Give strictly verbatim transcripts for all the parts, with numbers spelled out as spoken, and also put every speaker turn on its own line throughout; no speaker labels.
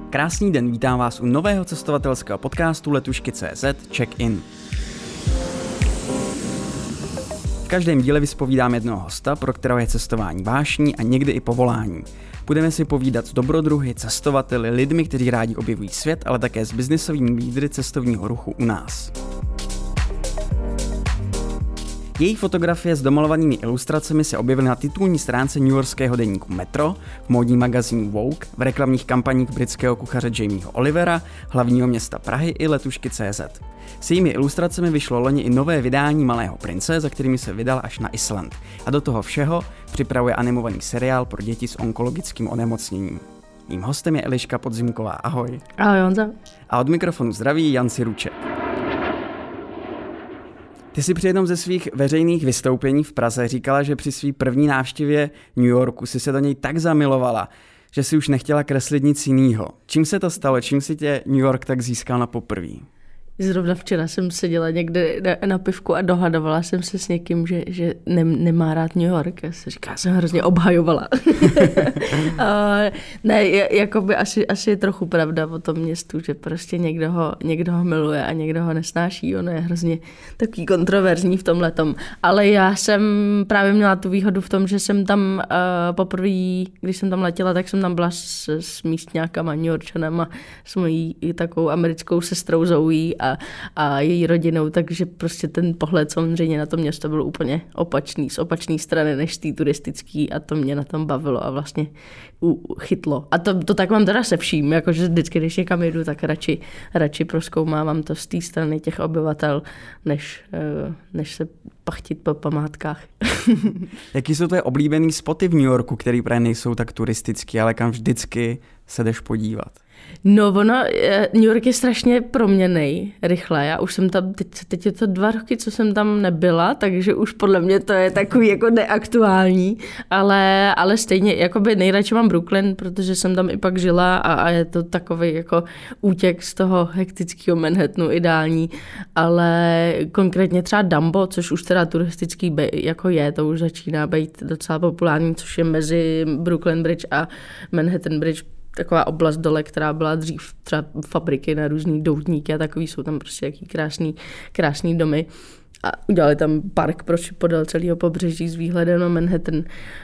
Krásný den, vítám vás u nového cestovatelského podcastu Letušky tečka cé zet Check-in. V každém díle vyspovídám jednoho hosta, pro kterého je cestování vášní a někdy i povolání. Budeme si povídat s dobrodruhy, cestovateli, lidmi, kteří rádi objevují svět, ale také s biznisovými lídry cestovního ruchu u nás. Jejich fotografie s domalovanými ilustracemi se objevily na titulní stránce newyorského deníku Metro, v módním magazínu Vogue, v reklamních kampaních britského kuchaře Jamieho Olivera, hlavního města Prahy i Letušky tečka cé zet. S jejími ilustracemi vyšlo loni i nové vydání Malého prince, za kterými se vydal až na Island. A do toho všeho připravuje animovaný seriál pro děti s onkologickým onemocněním. Mým hostem je Eliška Podzimková. Ahoj.
Ahoj, Honza.
A od mikrofonu zdraví Jan Siruček. Ty jsi při jednom ze svých veřejných vystoupení v Praze říkala, že při své první návštěvě New Yorku si se do něj tak zamilovala, že si už nechtěla kreslit nic jinýho. Čím se to stalo? Čím si tě New York tak získal na poprví?
Zrovna včera jsem seděla někde na, na pivku a dohadovala jsem se s někým, že, že ne, nemá rád New York. Já se říká, jsem hrozně obhajovala. uh, ne, jakoby asi, asi je trochu pravda o tom městu, že prostě někdo ho, někdo ho miluje a někdo ho nesnáší. Ono je hrozně takový kontroverzní v tomhletom. Ale já jsem právě měla tu výhodu v tom, že jsem tam uh, poprvé, když jsem tam letěla, tak jsem tam byla s, s místňákama New Yorkčanem a s mojí takovou americkou sestrou Zoe a a její rodinou, takže prostě ten pohled samozřejmě na to město byl úplně opačný, z opačné strany než z té turistický a to mě na tom bavilo a vlastně chytlo. A to, to tak mám teda se vším, jakože vždycky, když někam jedu, tak radši, radši prozkoumávám to z té strany těch obyvatel, než, než se pachtit po památkách.
Jaký jsou tvoje oblíbený spoty v New Yorku, který právě nejsou tak turistický, ale kam vždycky se jdeš podívat?
No ono, New York je strašně proměnnej rychle. Já už jsem tam, teď, teď je to dva roky, co jsem tam nebyla, takže už podle mě to je takový jako neaktuální, ale, ale stejně, jakoby nejradši mám Brooklyn, protože jsem tam i pak žila a, a je to takový jako útěk z toho hektického Manhattanu ideální, ale konkrétně třeba Dumbo, což už teda turistický jako je, to už začíná být docela populární, což je mezi Brooklyn Bridge a Manhattan Bridge, taková oblast dole, která byla dřív třeba fabriky na různý doutníky a takový, jsou tam prostě jaký krásný, krásný domy. A udělali tam park prostě podél celého pobřeží s výhledem na Manhattan.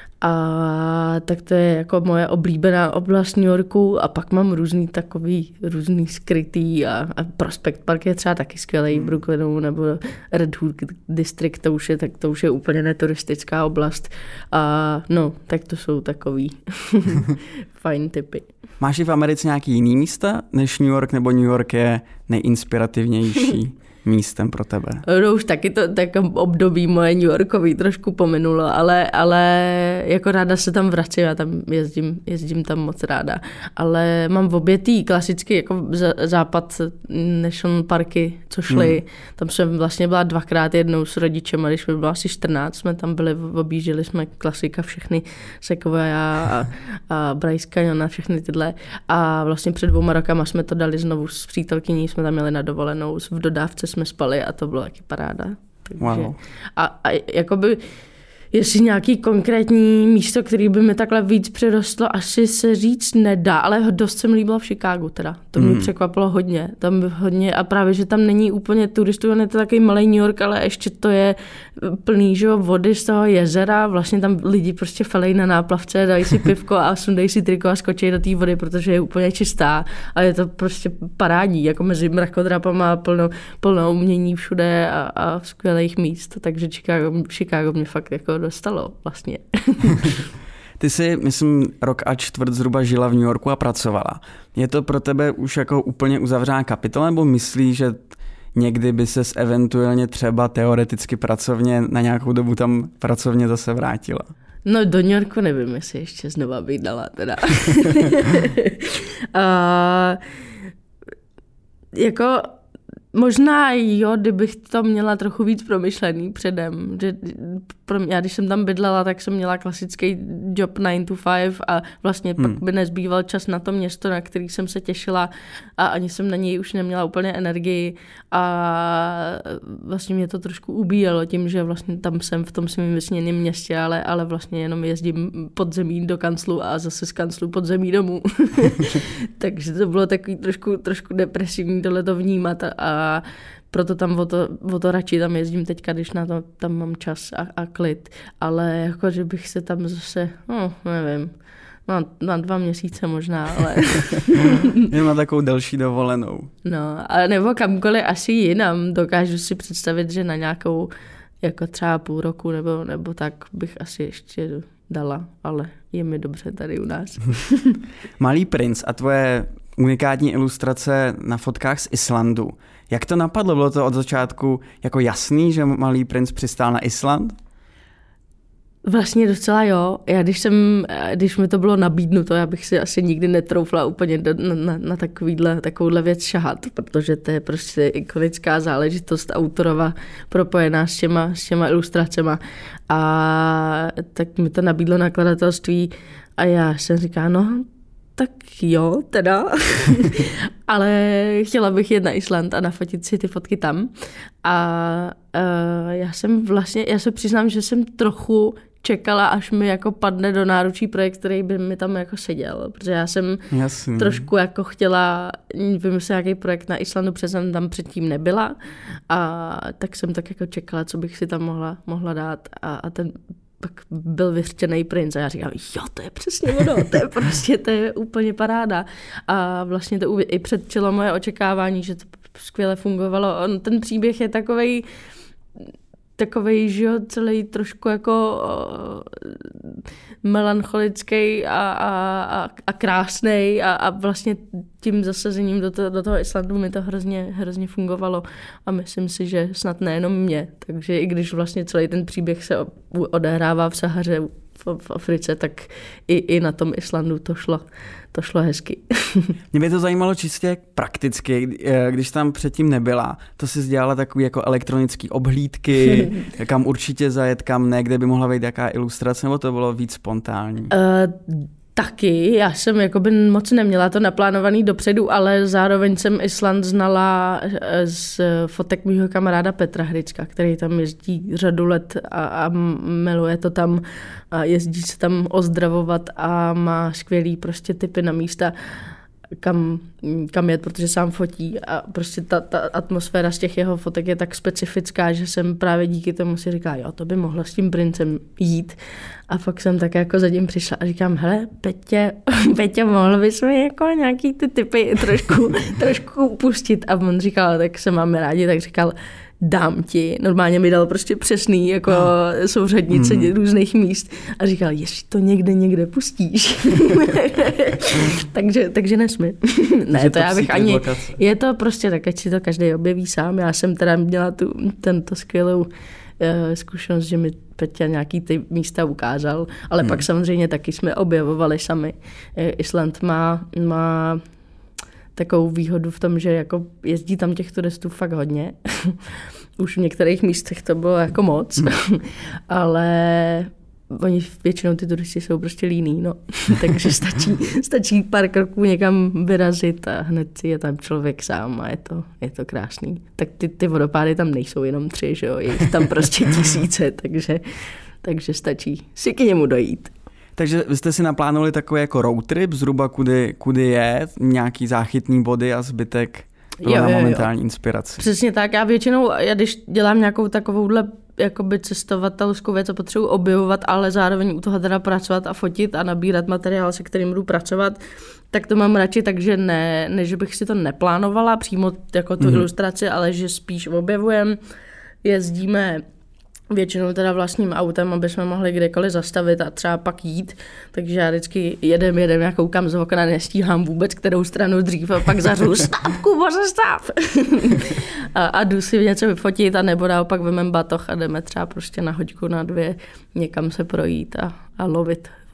A tak to je jako moje oblíbená oblast New Yorku a pak mám různý takový, různý skrytý a, a Prospect Park je třeba taky skvělý v Brooklynu nebo Red Hook District, to už je, tak to už je úplně neturistická oblast a no, tak to jsou takový fajn typy.
Máš i v Americe nějaký jiný místa než New York, nebo New York je nejinspirativnější místem pro tebe?
No už taky to tak období moje New Yorkový trošku pominulo, ale, ale jako ráda se tam vracím, já tam jezdím, jezdím tam moc ráda. Ale mám v obě tý klasicky jako západ national parky, co šly. Hmm. Tam jsem vlastně byla dvakrát, jednou s rodičem, a když mi bylo asi čtrnáct, jsme tam byli, objížděli jsme klasika všechny Sequoia a, a Bryce Canyon a všechny tyhle. A vlastně před dvouma rokama jsme to dali znovu s přítelkyní, jsme tam měli na dovolenou, v dodávce jsme spali a to bylo taky paráda. Takže,
wow.
A, a jakoby, jestli nějaký konkrétní místo, který by mi takhle víc přirostlo, asi se říct nedá, ale dost se mi líbilo v Chicagu teda. To mě mm. překvapilo hodně. Tam hodně a právě, že tam není úplně turistů, on je to takový malý New York, ale ještě to je plný, že, vody z toho jezera. Vlastně tam lidi prostě falej na náplavce, dají si pivko a sundají si triko a skočí do té vody, protože je úplně čistá. A je to prostě parádní, jako mezi mrakodrapama, plno, plno umění všude a, a skvělých míst. Takže Chicago, Chicago mě fakt jako dostalo vlastně.
Ty jsi, myslím, rok a čtvrt zhruba žila v New Yorku a pracovala. Je to pro tebe už jako úplně uzavřená kapitola, nebo myslíš, že někdy by ses eventuálně třeba teoreticky pracovně na nějakou dobu tam pracovně zase vrátila?
No do New Yorku nevím, jestli ještě znova bydlela teda. uh, jako možná jo, kdybych to měla trochu víc promyšlený předem, že pro mě, já když jsem tam bydlela, tak jsem měla klasický job nine to five a vlastně hmm. pak by nezbýval čas na to město, na který jsem se těšila a ani jsem na něj už neměla úplně energii a vlastně mě to trošku ubíjelo tím, že vlastně tam jsem v tom svým vysněném městě, ale, ale vlastně jenom jezdím pod zemí do kanclu a zase z kanclu pod zemí domů. Takže to bylo takový trošku, trošku depresivní tohle to vnímat a, a proto tam o to, o to radši tam jezdím teďka, když na to tam mám čas a, a klid. Ale jako, že bych se tam zase, no nevím, na, na dva měsíce možná, ale...
Má takovou delší dovolenou.
No, ale nebo kamkoliv asi jinam. Dokážu si představit, že na nějakou jako třeba půl roku nebo, nebo tak bych asi ještě dala, ale je mi dobře tady u nás.
Malý princ a tvoje unikátní ilustrace na fotkách z Islandu. Jak to napadlo? Bylo to od začátku jako jasný, že Malý princ přistál na Island?
Vlastně docela jo. Já když jsem, když mi to bylo nabídnuto, já bych si asi nikdy netroufla úplně na, na, na takovýhle, takovouhle věc šahat, protože to je prostě ikonická záležitost autorova propojená s těma, s těma ilustracema. A tak mi to nabídlo nakladatelství a já jsem říkala, no tak jo, teda, ale chtěla bych jet na Island a nafotit si ty fotky tam. A uh, já jsem vlastně, já se přiznám, že jsem trochu čekala, až mi jako padne do náručí projekt, který by mi tam jako seděl, protože já jsem Jasný. trošku jako chtěla vymyslet nějaký projekt na Islandu, protože jsem tam předtím nebyla a tak jsem tak jako čekala, co bych si tam mohla, mohla dát a, a ten pak byl vyřčený princ a já říkám, jo, to je přesně ono, to je prostě, to je úplně paráda. A vlastně to i předčilo moje očekávání, že to skvěle fungovalo. On, ten příběh je takovej, takovej, že jo, celý trošku jako uh, melancholický a, a, a, a krásnej a, a vlastně tím zasazením do, to, do toho Islandu mi to hrozně, hrozně fungovalo a myslím si, že snad nejenom mě, takže i když vlastně celý ten příběh se odehrává v Sahaře v, v Africe, tak i, i na tom Islandu to šlo, to šlo hezky.
Mě by to zajímalo čistě prakticky, když tam předtím nebyla, to si dělala takový jako elektronický obhlídky, kam určitě zajet, kam ne, kde by mohla být jaká ilustrace, nebo to bylo víc spontánní? Uh,
Taky, já jsem jakoby moc neměla to naplánovaný dopředu, ale zároveň jsem Island znala z fotek mýho kamaráda Petra Hrycka, který tam jezdí řadu let a, a miluje to tam a jezdí se tam ozdravovat a má skvělý prostě tipy na místa, kam, kam jet, protože sám fotí a prostě ta, ta atmosféra z těch jeho fotek je tak specifická, že jsem právě díky tomu si říká, jo, to by mohla s tím princem jít. A pak jsem tak jako za tím přišla a říkám, hele, Petě, Petě, mohl bys mi jako nějaký ty typy trošku, trošku upustit. A on říkal, tak se máme rádi, tak říkal, dám ti. Normálně mi dal prostě přesný jako souřadnice mm. různých míst a říkal, jestli to někde někde pustíš. takže, takže nesmí. ne, to já bych ani... Lokace. Je to prostě tak, ať si to každý objeví sám. Já jsem teda měla tu, tento skvělou uh, zkušenost, že mi Peťa nějaký ty místa ukázal, ale hmm. pak samozřejmě taky jsme objevovali sami. Island má, má takovou výhodu v tom, že jako jezdí tam těch turistů fakt hodně. Už v některých místech to bylo jako moc, hmm. ale oni většinou ty turisti jsou prostě líní, no. Takže stačí, stačí pár kroků někam vyrazit a hned je tam člověk sám a je to, je to krásný. Tak ty, ty vodopády tam nejsou jenom tři, že jo, je tam prostě tisíce, takže, takže stačí si k němu dojít.
Takže vy jste si naplánovali takový jako road trip, zhruba kudy, kudy je, nějaký záchytný body a zbytek bylo na momentální inspiraci.
Přesně tak, já většinou, já když dělám nějakou takovouhle jakoby cestovatelskou věc a potřebuji objevovat, ale zároveň u toho teda pracovat a fotit a nabírat materiál, se kterým budu pracovat, tak to mám radši, takže ne, ne že bych si to neplánovala přímo jako tu mm-hmm. ilustraci, ale že spíš objevujem, jezdíme většinou teda vlastním autem, aby jsme mohli kdekoliv zastavit a třeba pak jít. Takže já vždycky jedem, jedem, já koukám z okna, nestíhám vůbec, kterou stranu dřív a pak zařu, stop, Kubo, zastav! a, a jdu si něco vyfotit a nebo naopak vemem batoh a jdeme třeba prostě na hoďku, na dvě někam se projít a, a lovit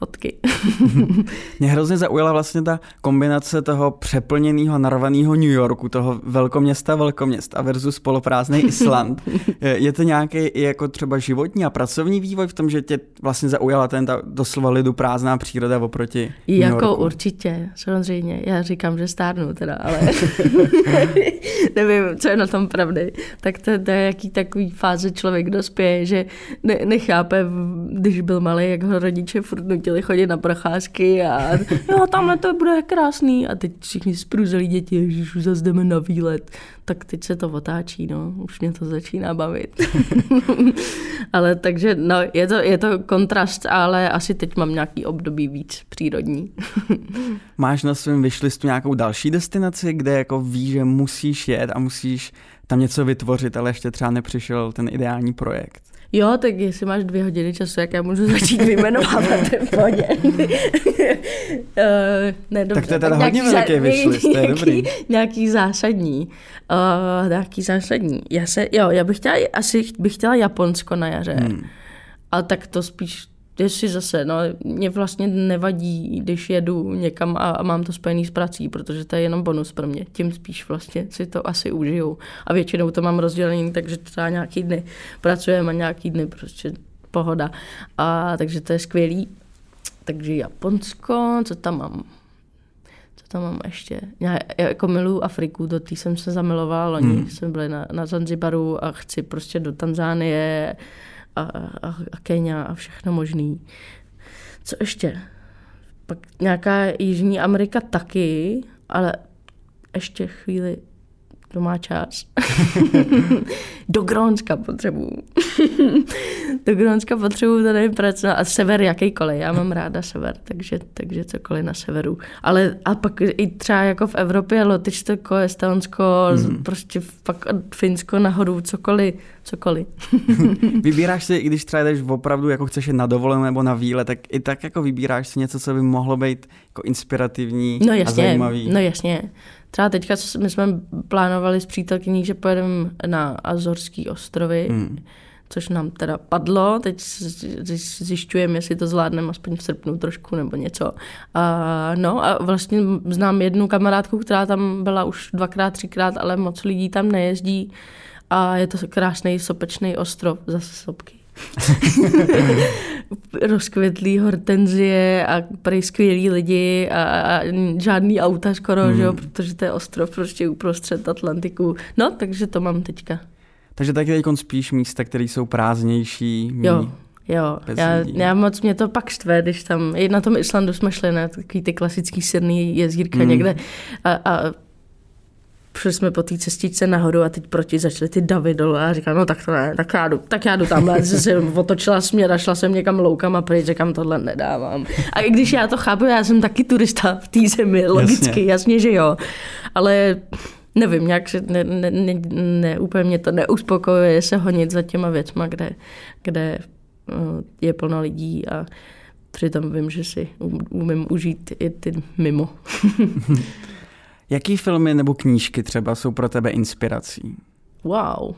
fotky.
Mě hrozně zaujala vlastně ta kombinace toho přeplněného, narvaného New Yorku, toho velkoměsta velkoměst a versus poloprázdný Island. Je to nějaký jako třeba životní a pracovní vývoj v tom, že tě vlastně zaujala ten ta doslova lidu prázdná příroda oproti New
Jako
Yorku?
určitě, samozřejmě. Já říkám, že stárnu teda, ale nevím, co je na tom pravdy. Tak to, to je jaký takový fáze člověk dospěje, že ne, nechápe, když byl malý, jak ho rodiče furt nutili chodit na procházky a jo, tamhle to bude krásný. A teď všichni spruzelí děti, ježiš, už zase jdeme na výlet. Tak teď se to otáčí, no. Už mě to začíná bavit. Ale takže, no, je to, je to kontrast, ale asi teď mám nějaký období víc přírodní.
Máš na svém wishlistu nějakou další destinaci, kde jako víš, že musíš jet a musíš tam něco vytvořit, ale ještě třeba nepřišel ten ideální projekt?
Jo, tak jestli máš dvě hodiny času, jak já můžu začít vyjmenovávat v pohodě. uh, ne,
tak to je teda hodně velký wishlist, to je dobrý.
Nějaký zásadní. Uh, nějaký zásadní. Já se, jo, já bych chtěla, asi bych chtěla Japonsko na jaře. Hmm. Ale tak to spíš, jestli zase, no, mě vlastně nevadí, když jedu někam a, a mám to spojený s prací, protože to je jenom bonus pro mě. Tím spíš vlastně si to asi užiju. A většinou to mám rozdělený, takže třeba nějaký dny pracujeme a nějaký dny prostě pohoda. A takže to je skvělý. Takže Japonsko, co tam mám? Co tam mám ještě? Já jako miluju Afriku, do té jsem se zamilovala loni. Hmm. Jsem byla na, na Zanzibaru a chci prostě do Tanzánie a, a, a Kenia a všechno možný. Co ještě? Pak nějaká Jižní Amerika taky, ale ještě chvíli to má čas. Do Grónska potřebuju. Do Grónska potřebuju tady pracovat. A sever jakýkoliv. Já mám ráda sever, takže, takže cokoliv na severu. Ale a pak i třeba jako v Evropě, Lotyšsko, Estonsko, mm. prostě pak Finsko nahoru, cokoliv, cokoliv.
Vybíráš si, když třeba jdeš opravdu, jako chceš jít na dovolenou nebo na výlet, tak i tak jako vybíráš si něco, co by mohlo být jako inspirativní
no jasně,
a zajímavý.
No jasně. Třeba teďka my jsme plánovali s přítelkyní, že pojedeme na Azorský ostrovy, hmm. což nám teda padlo. Teď zjišťujeme, jestli to zvládneme aspoň v srpnu trošku nebo něco. A, no a vlastně znám jednu kamarádku, která tam byla už dvakrát, třikrát, ale moc lidí tam nejezdí. A je to krásný sopečný ostrov, zase sopky. Rozkvětlý hortenzie a prej skvělí lidi a, a žádný auta skoro, mm. že jo, protože to je ostrov prostě uprostřed Atlantiku. No, takže to mám teďka.
Takže taky teď spíš místa, které jsou prázdnější. Mí,
jo, jo. Já, já moc mě to pak štve, když tam, i na tom Islandu jsme šli na takový ty klasický sirný jezírka mm. někde a, a šli jsme po té cestičce nahoru a teď proti začaly ty davy dolů a říkám, no tak to ne, tak já jdu, tak já jdu tamhle. Já jsem otočila směr a šla jsem někam loukama pryč, říkám, tohle nedávám. A i když já to chápu, já jsem taky turista v té zemi, logicky, jasně. jasně, že jo. Ale nevím, nějak se ne, ne, ne, ne, úplně mě to neuspokojuje se honit za těma věcma, kde, kde je plno lidí a přitom vím, že si umím užít i ty mimo.
Jaký filmy nebo knížky třeba jsou pro tebe inspirací?
Wow.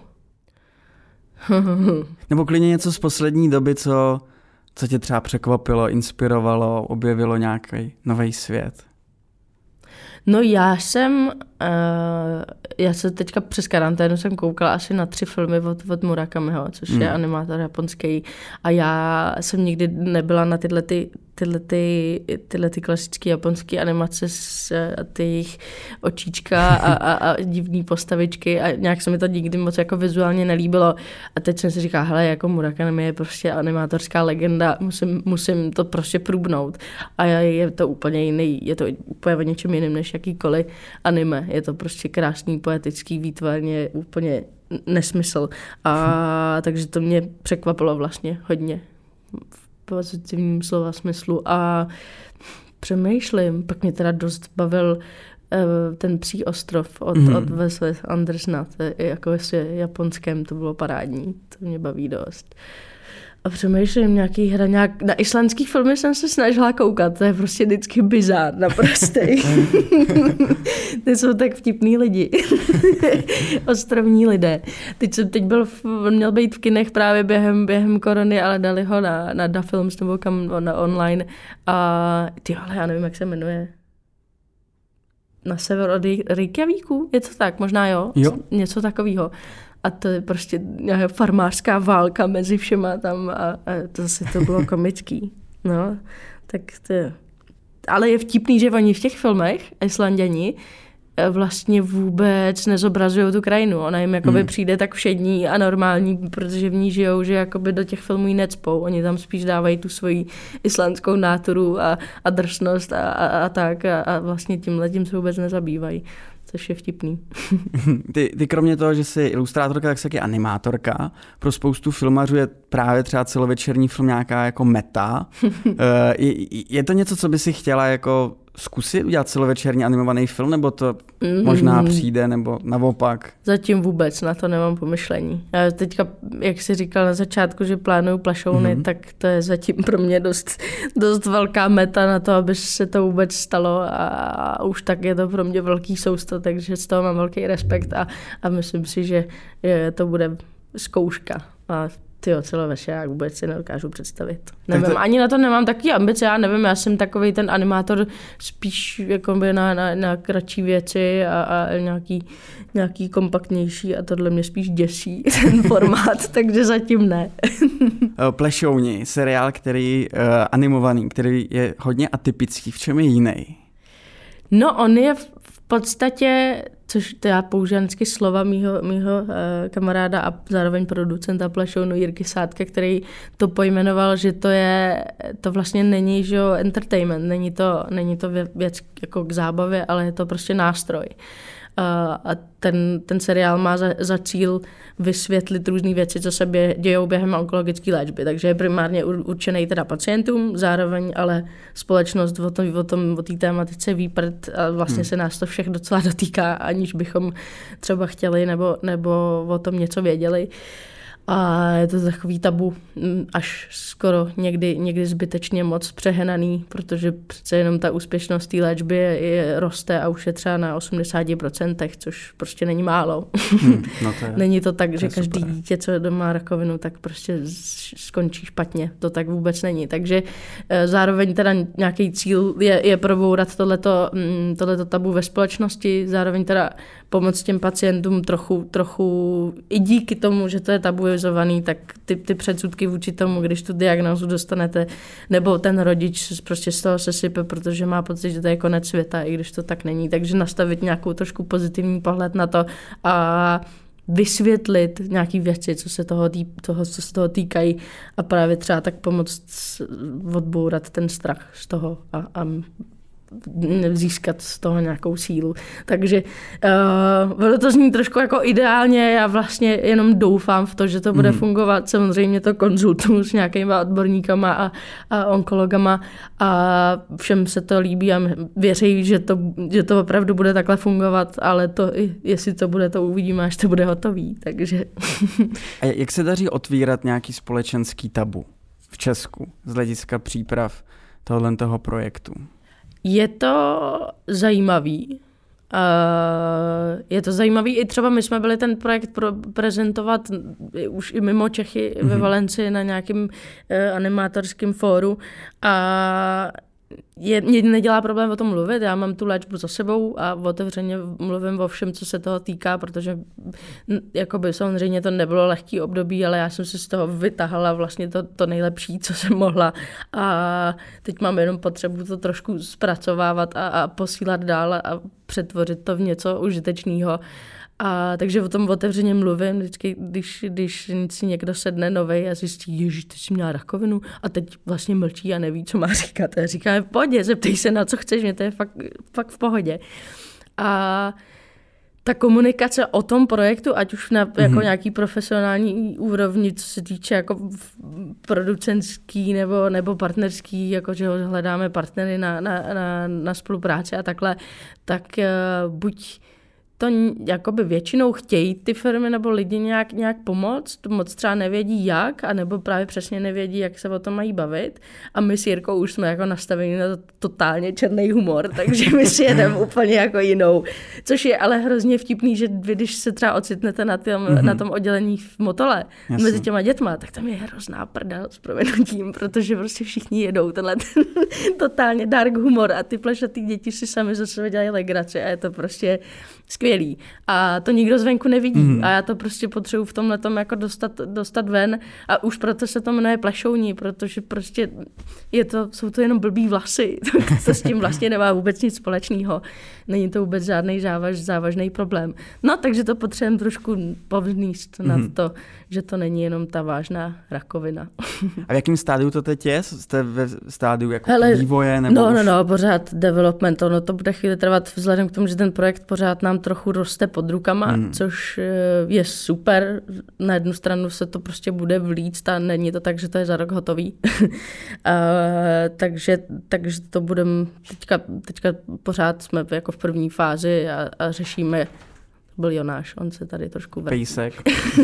Nebo klidně něco z poslední doby, co, co tě třeba překvapilo, inspirovalo, objevilo nějaký nový svět?
No já jsem, uh, já se teďka přes karanténu jsem koukala asi na tři filmy od, od Murakamiho, což mm. je animátor japonský. A já jsem nikdy nebyla na tyhle ty, tyhle ty, tyhle ty klasické japonské animace s ty jejich očíčka a, a, a divný postavičky a nějak se mi to nikdy moc jako vizuálně nelíbilo. A teď jsem si říkala, hele, jako Murakami je prostě animátorská legenda, musím, musím to prostě průbnout. A je to úplně jiný, je to úplně o něčem jiným než jakýkoliv anime. Je to prostě krásný, poetický, výtvarně, úplně nesmysl. A takže to mě překvapilo vlastně hodně v pozitivním slova smyslu. A přemýšlím, pak mě teda dost bavil uh, ten Psí ostrov od, mm. od Wes'se Andersona. To je, jako jestli japonském to bylo parádní. To mě baví dost. A přemýšlím nějaký hra, nějak, na islandský filmy jsem se snažila koukat, to je prostě vždycky bizár, naprostej. Ty jsou tak vtipný lidi. Ostrovní lidé. Teď jsem teď byl, v, měl být v kinech právě během, během korony, ale dali ho na, na Da Films nebo kam na online. A ty, ale já nevím, jak se jmenuje. Na sever od Reykjavíku? Je to tak? Možná jo?
jo.
Něco takového. A to je prostě nějaká farmářská válka mezi všema tam a, a to zase to bylo komický. No, tak to ale je vtipný, že oni v těch filmech, Islanděni, vlastně vůbec nezobrazují tu krajinu. Ona jim jakoby hmm. přijde tak všední a normální, protože v ní žijou, že jakoby do těch filmů ji necpou. Oni tam spíš dávají tu svoji islandskou náturu a, a drsnost a, a, a tak a, a vlastně tímhletím se vůbec nezabývají. Což je vtipný.
Ty, ty kromě toho, že jsi ilustrátorka, tak jsi taky animátorka. Pro spoustu filmařů je právě třeba celovečerní film nějaká jako meta. je, je to něco, co by si chtěla jako zkusit udělat celovečerní animovaný film, nebo to mm-hmm. možná přijde, nebo naopak?
Zatím vůbec na to nemám pomyšlení. Já teďka, jak jsi říkal na začátku, že plánuju plašouny, mm-hmm. tak to je zatím pro mě dost, dost velká meta na to, aby se to vůbec stalo a už tak je to pro mě velký sousto, takže z toho mám velký respekt a, a myslím si, že je, to bude zkouška. A tyjo, celovečer, já vůbec si nedokážu představit. Nevím, to... ani na to nemám taky ambice, já nevím, já jsem takovej ten animátor spíš jako by na, na, na kratší věci a, a nějaký, nějaký kompaktnější a tohle mě spíš děsí, ten formát, takže zatím ne.
Plešouni, seriál, který uh, animovaný, který je hodně atypický, v čem je jiný?
No, on je v, v podstatě, což to já používám vždycky slova mýho, mýho uh, kamaráda a zároveň producenta Plešounu Jirky Sádka, který to pojmenoval, že to je, to vlastně není, že jo, entertainment, není to, není to věc jako k zábavě, ale je to prostě nástroj. Uh, a ten, ten seriál má za, za cíl vysvětlit různé věci, co se bě, dějou během onkologické léčby. Takže je primárně určený teda pacientům, zároveň ale společnost o tom, o tom, o té tématice ví prd a vlastně hmm. se nás to všech docela dotýká, aniž bychom třeba chtěli nebo, nebo o tom něco věděli. A je to takový tabu, až skoro někdy, někdy zbytečně moc přehnaný, protože přece jenom ta úspěšnost té léčby je, je, roste a už je třeba na osmdesát procent, což prostě není málo. Hmm, no to je, není to tak, to že každý super. Dítě, co má rakovinu, tak prostě skončí špatně. To tak vůbec není. Takže zároveň teda nějaký cíl je, je probourat tohleto, tohleto tabu ve společnosti, zároveň teda pomoct těm pacientům trochu, trochu i díky tomu, že to je tabuizovaný, tak ty, ty předsudky vůči tomu, když tu diagnózu dostanete, nebo ten rodič prostě z toho sesype, protože má pocit, že to je konec světa, i když to tak není. Takže nastavit nějakou trošku pozitivní pohled na to a vysvětlit nějaké věci, co se toho, tý, toho, co se toho týkají a právě třeba tak pomoct odbourat ten strach z toho a, a získat z toho nějakou sílu. Takže uh, to zní trošku jako ideálně, já vlastně jenom doufám v to, že to bude mm. fungovat. Samozřejmě to konzultuju s nějakýma odborníkama a, a onkologama a všem se to líbí a věří, že to, že to opravdu bude takhle fungovat, ale to, jestli to bude, to uvidíme, až to bude hotový. Takže...
A jak se daří otvírat nějaký společenský tabu v Česku z hlediska příprav tohoto toho projektu?
Je to zajímavý. Uh, je to zajímavý. I třeba my jsme byli ten projekt pro prezentovat už i mimo Čechy mm-hmm. ve Valencii na nějakém uh, animátorském fóru a je, mě nedělá problém o tom mluvit, já mám tu léčbu za sebou a otevřeně mluvím o všem, co se toho týká, protože jakoby samozřejmě to nebylo lehký období, ale já jsem si z toho vytahala vlastně to, to nejlepší, co jsem mohla a teď mám jenom potřebu to trošku zpracovávat a, a posílat dál a přetvořit to v něco užitečného. A takže o tom otevřeně mluvím, vždycky, když, když si někdo sedne novej a zjistí, ježiš, ty jsi měla rakovinu a teď vlastně mlčí a neví, co má říkat. A já říkám, pojď, zeptej se, na co chceš, mě to je fakt, fakt v pohodě. A ta komunikace o tom projektu, ať už na mm-hmm. jako nějaký profesionální úrovni, co se týče jako producentský nebo, nebo partnerský, jako že hledáme partnery na, na, na, na spolupráci a takhle, tak uh, buď to jakoby většinou chtějí ty firmy nebo lidi nějak, nějak pomoct, moc třeba nevědí jak, anebo právě přesně nevědí, jak se o tom mají bavit. A my s Jirkou už jsme jako nastaveni na totálně černý humor, takže my si jedeme úplně jako jinou. Což je ale hrozně vtipný, že vy, když se třeba ocitnete na, tým, mm-hmm. na tom oddělení v Motole Jasně. mezi těma dětma, tak tam je hrozná prdel s proměnutím, protože prostě všichni jedou tenhle ten totálně dark humor a ty plešatý děti si sami za sebe dělají legraci a je to prostě skvělý. A to nikdo zvenku nevidí. Mm. A já to prostě potřebuji v tomhletom jako dostat, dostat ven a už proto se to jmenuje plešouní, protože prostě je to, jsou to jenom blbý vlasy. To s tím vlastně nemá vůbec nic společného. Není to vůbec žádný závaž, závažný problém. No, takže to potřebujeme trošku povzníst mm. nad to, že to není jenom ta vážná rakovina.
A v jakém stádiu to teď je? Jste ve stádiu jako Hele, vývoje? Nebo
no,
už...
no, no, pořád development. Ono to bude chvíli trvat vzhledem k tomu, že ten projekt pořád nám trochu roste pod rukama, hmm. což je super. Na jednu stranu se to prostě bude vlíct a není to tak, že to je za rok hotový. a, takže, takže to budeme, teďka, teďka pořád jsme jako v první fázi a, a řešíme, byl Jonáš, on se tady trošku vrátí.
Pejsek.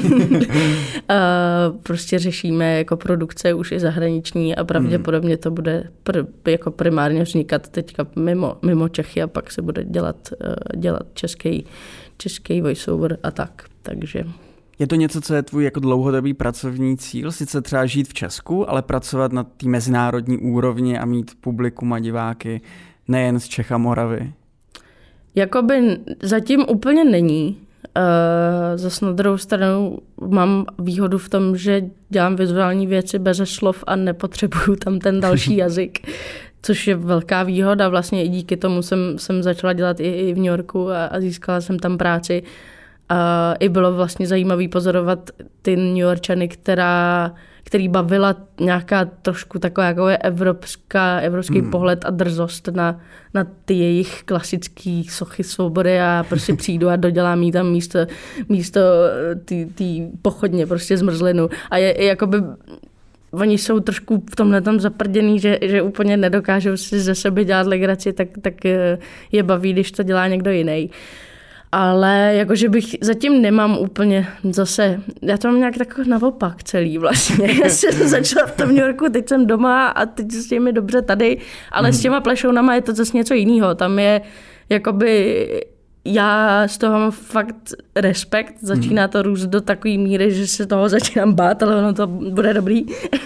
prostě řešíme jako produkce už i zahraniční a pravděpodobně to bude pr- jako primárně vznikat teďka mimo, mimo Čechy a pak se bude dělat, dělat český, český voiceover a tak. Takže...
Je to něco, co je tvůj jako dlouhodobý pracovní cíl? Sice třeba žít v Česku, ale pracovat na té mezinárodní úrovni a mít publikum a diváky nejen z Čech a Moravy?
Jakoby zatím úplně není. Uh, zas na druhou stranu mám výhodu v tom, že dělám vizuální věci beze slov a nepotřebuju tam ten další jazyk, což je velká výhoda. Vlastně i díky tomu jsem, jsem začala dělat i, i v New Yorku a, a získala jsem tam práci. A i bylo vlastně zajímavé pozorovat ty New Yorkčany, která, který bavila nějaká trošku taková jako je evropská, evropský hmm. pohled a drzost na, na ty jejich klasický sochy svobody a prostě přijdu a dodělám jí tam místo, místo ty pochodně prostě zmrzlinu. A je, je jakoby... Oni jsou trošku v tomhle tam zaprděný, že, že úplně nedokážou si ze sebe dělat legraci, tak, tak je baví, když to dělá někdo jiný. Ale jakože bych zatím nemám úplně zase, já to mám nějak tak naopak celý vlastně. Já jsem začala v tom New Yorku, teď jsem doma a teď s těmi dobře tady, ale mm. s těma plešounama je to zase něco jiného. Tam je jakoby, já z toho mám fakt respekt, začíná to růst do takové míry, že se toho začínám bát, ale ono to bude dobrý.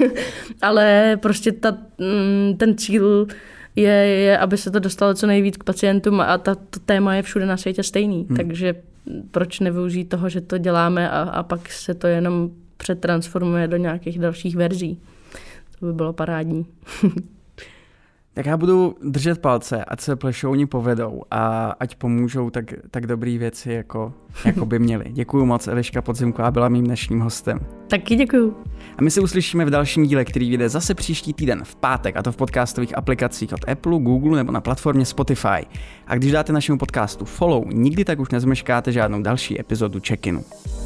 Ale prostě ta, ten cíl Je, je, aby se to dostalo co nejvíc k pacientům a ta, to téma je všude na světě stejný. Hmm. Takže proč nevyužít toho, že to děláme a, a pak se to jenom přetransformuje do nějakých dalších verzí. To by bylo parádní.
Tak já budu držet palce, ať se plešouni povedou a ať pomůžou tak, tak dobrý věci, jako, jako by měli. Děkuju moc, Eliška Podzimková byla mým dnešním hostem.
Taky děkuju.
A my se uslyšíme v dalším díle, který vyjde zase příští týden v pátek, a to v podcastových aplikacích od Apple, Google nebo na platformě Spotify. A když dáte našemu podcastu follow, nikdy tak už nezmeškáte žádnou další epizodu Check-inu.